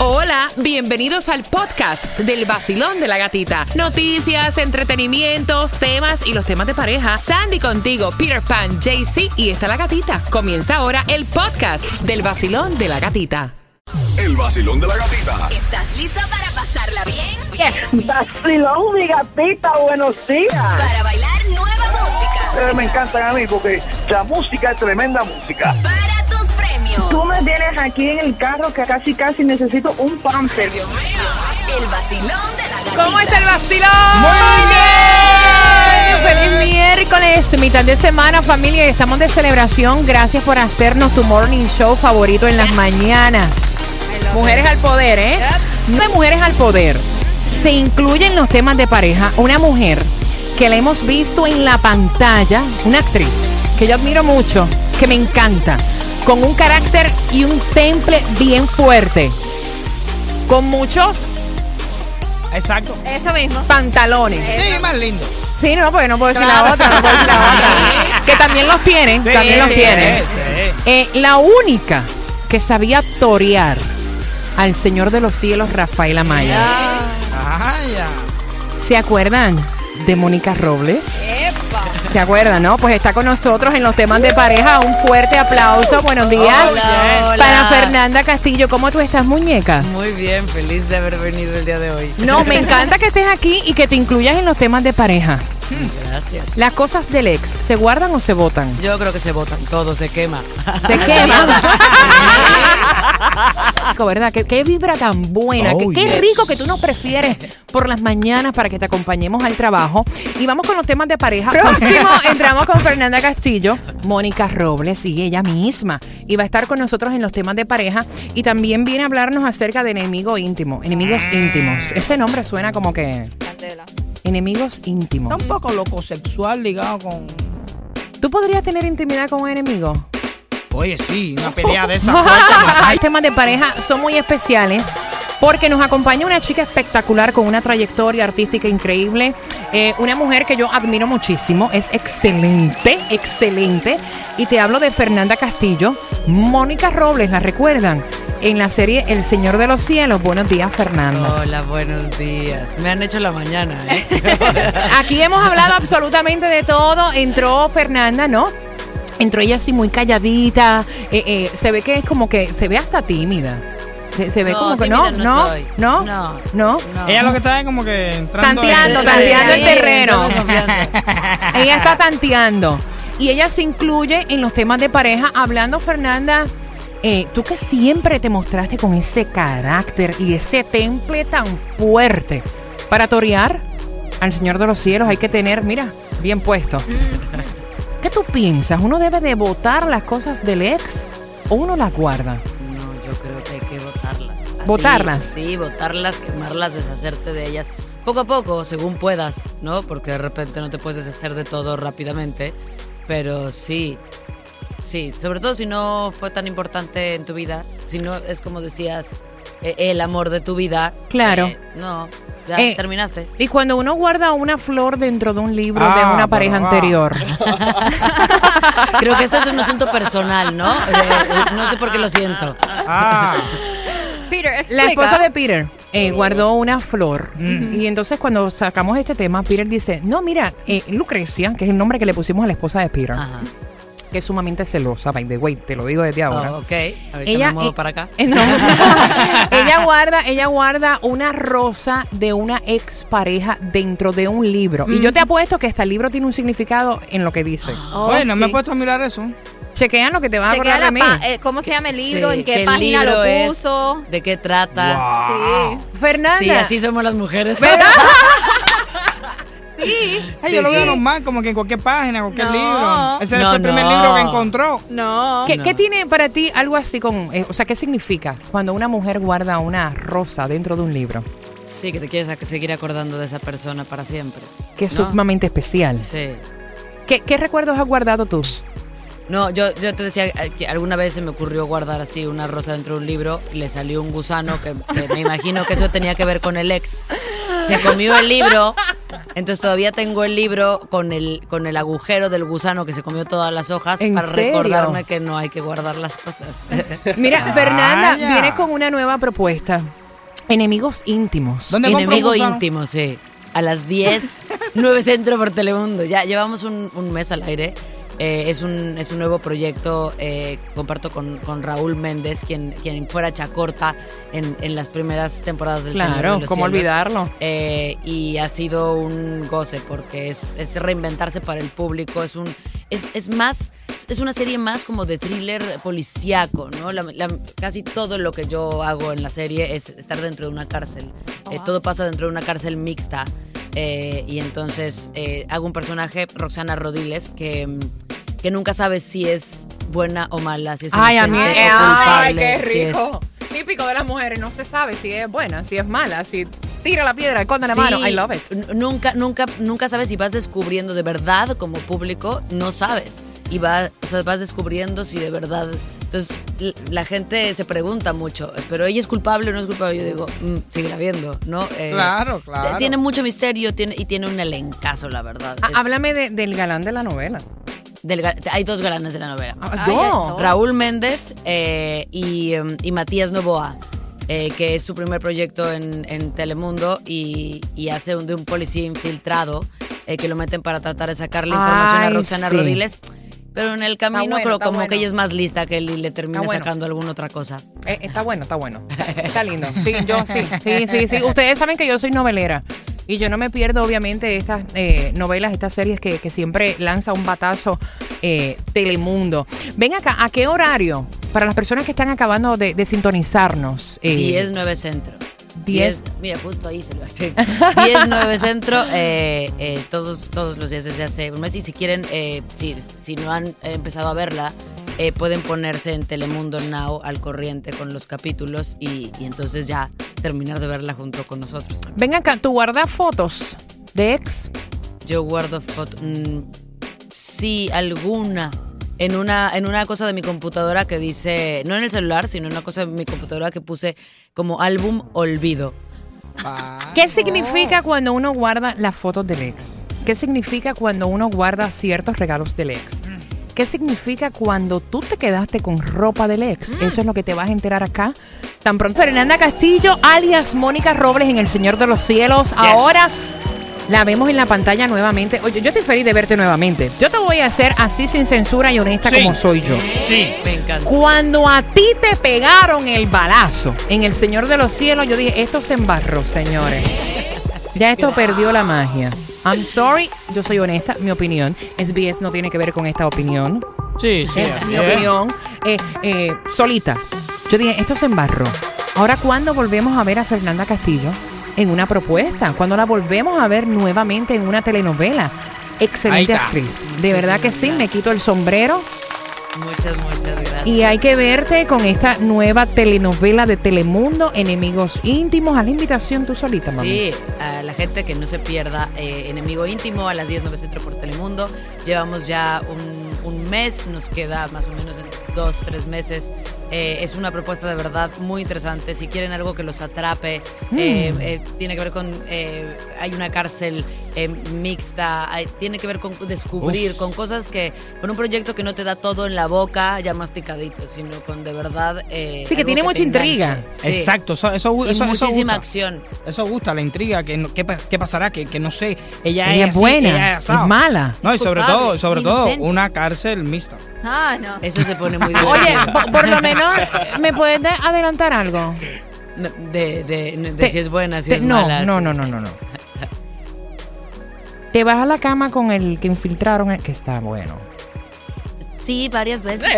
Hola, bienvenidos al podcast del Vacilón de la Gatita. Noticias, entretenimientos, temas y los temas de pareja. Sandy contigo, Peter Pan, JC y está la gatita. Comienza ahora el podcast del Vacilón de la Gatita. El Vacilón de la Gatita. ¿Estás lista para pasarla bien? Yes. Vacilón, mi gatita, buenos días. Para bailar nueva música. Me encantan a mí porque la música es tremenda música. Para tus premios. Tú me tienes aquí en el carro que casi necesito un pamper. Dios mío. El Vacilón de la Gatita. ¿Cómo está el Vacilón? ¡Muy bien! ¡Feliz miércoles! Mitad de semana, familia, y estamos de celebración. Gracias por hacernos tu morning show favorito en las mañanas. Mujeres al poder, ¿eh? De Mujeres al Poder se incluyen los temas de pareja una mujer que la hemos visto en la pantalla, una actriz que yo admiro mucho, que me encanta, con un carácter y un temple bien fuerte, con muchos Exacto. eso mismo pantalones. Sí, más lindo. Sí, no, porque no puedo decir la otra, no puedo decir la otra. Que también los tienen, también los tienen. La única que sabía torear al Señor de los Cielos, Rafael Amaya. ¿Se acuerdan de Mónica Robles? ¿Se acuerdan, no? Pues está con nosotros en los temas de pareja. Un fuerte aplauso. Buenos días. Hola. Para Fernanda Castillo. ¿Cómo tú estás, muñeca? Muy bien, feliz de haber venido el día de hoy. No, me encanta que estés aquí y que te incluyas en los temas de pareja. Gracias. ¿Las cosas del ex se guardan o se botan? Yo creo que se botan, todo se quema. Se queman. ¿Verdad? ¿Qué vibra tan buena? Qué rico que tú nos prefieres por las mañanas para que te acompañemos al trabajo. Y vamos con los temas de pareja. Próximo entramos con Fernanda Castillo, Mónica Robles y ella misma. Y va a estar con nosotros en los temas de pareja. Y también viene a hablarnos acerca de enemigos íntimos. Ese nombre suena como que... Candela. Enemigos íntimos. Está un poco loco sexual ligado con... ¿Tú podrías tener intimidad con un enemigo? Oye, sí, una pelea de esa Los temas de pareja son muy especiales porque nos acompaña una chica espectacular con una trayectoria artística increíble, una mujer que yo admiro muchísimo, es excelente, y te hablo de Fernanda Castillo. Mónica Robles, ¿la recuerdan? En la serie El Señor de los Cielos. Buenos días, Fernanda. Hola, buenos días. Me han hecho la mañana, ¿eh? Aquí hemos hablado absolutamente de todo. Entró Fernanda, ¿no? Entró ella así muy calladita. Se ve que es como que se ve hasta tímida. Se ve No, como que tímida no, no no, soy. no, No. no. Ella lo que está es como que entrando... Tanteando Sí, el terreno. tengo confianza. Ella está tanteando. Y ella se incluye en los temas de pareja. Hablando, Fernanda, tú que siempre te mostraste con ese carácter y ese temple tan fuerte. Para torear al Señor de los Cielos hay que tener, mira, bien puesto. ¿Qué tú piensas? ¿Uno debe de botar las cosas del ex o uno las guarda? No, yo creo que hay que botarlas. Así, ¿Botarlas? Sí, botarlas, quemarlas, deshacerte de ellas. Poco a poco, según puedas, ¿no? Porque de repente no te puedes deshacer de todo rápidamente. Pero sí, sobre todo si no fue tan importante en tu vida. Si no es como decías, el amor de tu vida. Claro. No, ya terminaste. Y cuando uno guarda una flor dentro de un libro de una pareja anterior. Creo que esto es un asunto personal, ¿no? No sé por qué lo siento. Peter, explica. La esposa de Peter guardó una flor. Y entonces cuando sacamos este tema, Peter dice, no, mira, Lucrecia, que es el nombre que le pusimos a la esposa de Peter, Ajá. que es sumamente celosa, by the way, te lo digo desde ahora. Oh, ok, ahorita me muevo para acá. No. ella guarda una rosa de una expareja dentro de un libro. Y yo te apuesto que hasta el libro tiene un significado en lo que dice. Oye, no me he puesto a mirar eso. Chequean lo que te vas a Chequea acordar de mí. ¿Cómo se llama el libro? Sí, ¿En qué el página libro lo puso? es, de qué trata. Sí. Fernanda. Sí, así somos las mujeres. ¿Verdad? Ay, yo lo veo normal, como que en cualquier página, cualquier No. libro. Ese No, fue el primer no. libro que encontró. No. ¿Qué tiene para ti algo así con, o sea, qué significa cuando una mujer guarda una rosa dentro de un libro? Sí, que te quieres seguir acordando de esa persona para siempre. Que es ¿no? sumamente especial. Sí. ¿Qué recuerdos has guardado tú? No, yo te decía que alguna vez se me ocurrió guardar así una rosa dentro de un libro y le salió un gusano que me imagino que eso tenía que ver con el ex. Se comió el libro, entonces todavía tengo el libro con el agujero del gusano que se comió todas las hojas ¿En para serio? recordarme que no hay que guardar las cosas. Mira, Fernanda Vaya. viene con una nueva propuesta. Enemigos íntimos. ¿Dónde Enemigo compramos, íntimo, sí. A las 10, 9 Centro por Telemundo. Ya llevamos un mes al aire. Es un nuevo proyecto. Comparto con Raúl Méndez, quien fuera Chacorta en las primeras temporadas del Señor de Claro, los ¿cómo Cielos. olvidarlo? Y ha sido un goce porque es reinventarse para el público. Es una serie más como de thriller policíaco, ¿no? Casi todo lo que yo hago en la serie es estar dentro de una cárcel. Todo pasa dentro de una cárcel mixta. Y entonces hago un personaje, Roxana Rodiles, que nunca sabes si es buena o mala, si es inocente o culpable. qué si es- rico. Típico de las mujeres, no se sabe si es buena, si es mala, si tira la piedra, esconde la mano. I love it. Nunca sabes si vas descubriendo de verdad como público, no sabes. Y vas descubriendo si de verdad. Entonces la gente se pregunta mucho, pero ella es culpable o no es culpable. Yo digo, síguela viendo, ¿no? Claro. Tiene mucho misterio y tiene un elencazo, la verdad. Háblame del galán de la novela. Hay 2 galanes de la novela. No. Raúl Méndez y Matías Novoa, que es su primer proyecto en Telemundo y hace de un policía infiltrado que lo meten para tratar de sacarle información a Roxana Rodiles. Pero en el camino bueno, creo está como bueno. que ella es más lista que él y le termina Está bueno. sacando alguna otra cosa. Está bueno. Está lindo. Sí, sí. Ustedes saben que yo soy novelera. Y yo no me pierdo, obviamente, estas novelas, estas series que siempre lanza un batazo Telemundo. Ven acá, ¿a qué horario? Para las personas que están acabando de sintonizarnos. 10, 9 Centro. 10. Mira, justo ahí se lo hace. 10, 9 Centro, todos los días desde hace un mes. Y si quieren, si no han empezado a verla, pueden ponerse en Telemundo Now al corriente con los capítulos y entonces ya terminar de verla junto con nosotros. Ven acá, ¿tú guardas fotos de ex? Yo guardo fotos, sí, alguna. En una cosa de mi computadora que dice, no en el celular, sino en una cosa de mi computadora que puse como álbum olvido. ¿Qué significa cuando uno guarda las fotos del ex? ¿Qué significa cuando uno guarda ciertos regalos del ex? ¿Qué significa cuando tú te quedaste con ropa del ex? Eso es lo que te vas a enterar acá. Tan pronto. Fernanda Castillo, alias Mónica Robles en El Señor de los Cielos. Yes. Ahora la vemos en la pantalla nuevamente. Oye, yo estoy feliz de verte nuevamente. Yo te voy a hacer así sin censura y honesta como soy yo. Sí. Me encanta. Cuando a ti te pegaron el balazo en El Señor de los Cielos, yo dije, esto se embarró, señores. Ya esto perdió la magia. I'm sorry, yo soy honesta, mi opinión. SBS no tiene que ver con esta opinión. Sí. Es mi opinión. Solita. Yo dije, esto se embarró. Ahora, ¿cuándo volvemos a ver a Fernanda Castillo en una propuesta? ¿Cuándo la volvemos a ver nuevamente en una telenovela? Excelente actriz. De verdad que sí, me quito el sombrero. Muchas gracias. Y hay que verte con esta nueva telenovela de Telemundo, Enemigos Íntimos. Haz la invitación tú solita, mami. Sí, a la gente que no se pierda Enemigo Íntimo a las 10, 9 Centro por Telemundo. Llevamos ya un mes, nos queda más o menos en 2, 3 meses. Es una propuesta de verdad muy interesante. Si quieren algo que los atrape, tiene que ver con... hay una cárcel mixta, tiene que ver con descubrir, con cosas que... Con un proyecto que no te da todo en la boca ya masticadito, sino con de verdad... sí, que tiene mucha intriga. Sí. Exacto, eso muchísima gusta. acción. Eso gusta, la intriga, ¿qué pasará? Que no sé, ella es así, buena, ella es mala. No, y sobre Culpable, todo, inocente. una cárcel mixta. No. Eso se pone muy divertido. Oye, por lo menos, ¿me puedes adelantar algo? De si es buena, si es no, mala. No. Te vas a la cama con el que infiltraron, que está bueno. Sí, varias veces.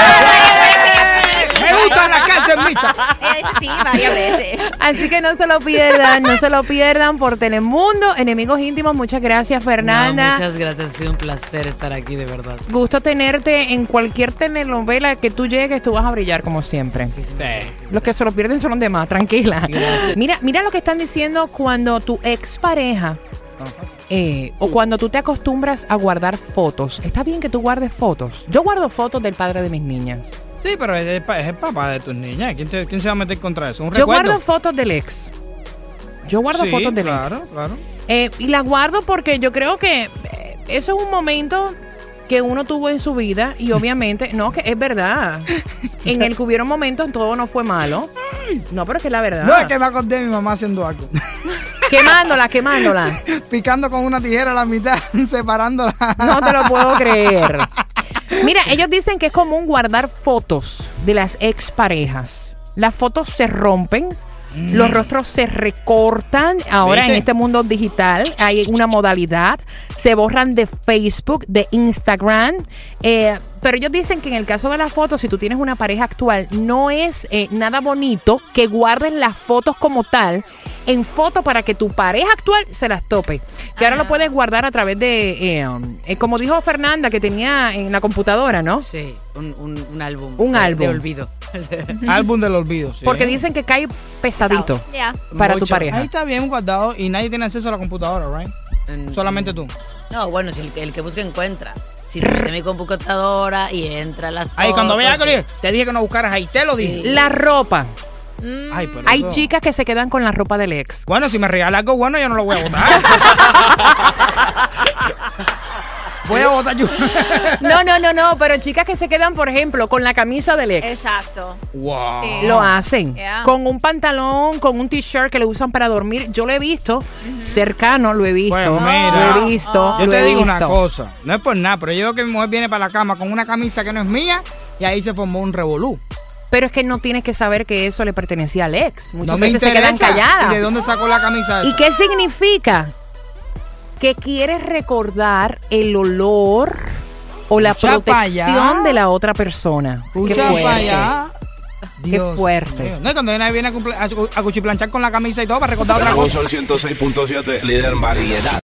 Me gusta la cárcel mixta. Sí, varias veces. Así que no se lo pierdan por Telemundo, Enemigos Íntimos. Muchas gracias, Fernanda. No, muchas gracias, ha sido un placer estar aquí, de verdad. Gusto tenerte en cualquier telenovela que tú llegues, tú vas a brillar como siempre. Muchísimas gracias. Los que se lo pierden son los demás, tranquila. Mira lo que están diciendo cuando tu expareja o cuando tú te acostumbras a guardar fotos. Está bien que tú guardes fotos. Yo guardo fotos del padre de mis niñas. Sí, pero es el papá de tus niñas. ¿Quién se va a meter contra eso? ¿Un Yo recuerdo? guardo fotos del ex. Yo guardo Sí, fotos del claro, ex. claro. Y las guardo porque yo creo que eso es un momento que uno tuvo en su vida y obviamente, no, que es verdad. En el que hubieron momentos todo no fue malo. No, pero es que es la verdad. No, es que me acordé de mi mamá haciendo algo. Quemándola. Picando con una tijera a la mitad, separándola. No te lo puedo creer. Mira, ellos dicen que es común guardar fotos de las exparejas. Las fotos se rompen. Los rostros se recortan. Ahora ¿Viste? en este mundo digital hay una modalidad. Se borran de Facebook, de Instagram. Pero ellos dicen que en el caso de las fotos, si tú tienes una pareja actual, no es nada bonito que guarden las fotos como tal en foto para que tu pareja actual se las tope. Que ahora lo puedes guardar a través de, como dijo Fernanda, que tenía en la computadora, ¿no? Sí, un álbum. Un álbum. De olvido. Álbum del olvido, sí. Porque dicen que cae pesadito Ya. para tu Mucho. pareja. Ahí está bien guardado y nadie tiene acceso a la computadora, ¿right? Solamente tú. No, bueno, si el que busca encuentra. Si se mete mi computadora y entra a las fotos. Ahí cuando veas que te dije que no buscaras ahí, te lo dije. La ropa. Ay, pero Hay eso- chicas que se quedan con la ropa del ex. Bueno, si me regala algo bueno, yo no lo voy a botar. Voy a botar yo. No, pero chicas que se quedan, por ejemplo, con la camisa del ex. Exacto. Wow. Lo hacen. Yeah. Con un pantalón, con un t-shirt que le usan para dormir. Yo lo he visto cercano, lo he visto. Pues mira, lo he visto. yo lo te he digo una visto. cosa. No es por nada, pero yo veo que mi mujer viene para la cama con una camisa que no es mía y ahí se formó un revolú. Pero es que no tienes que saber que eso le pertenecía al ex. Muchas No me veces se quedan interesa. calladas. ¿Y de dónde sacó la camisa esa? ¿Y qué significa? Que quieres recordar el olor o la Escucha pa' protección allá. de la otra persona. Qué Escucha fuerte. para allá. Qué fuerte. mío. No, y cuando viene a cuchiplanchar con la camisa y todo para recordar otra cosa. Sol 106.7, líder en variedad.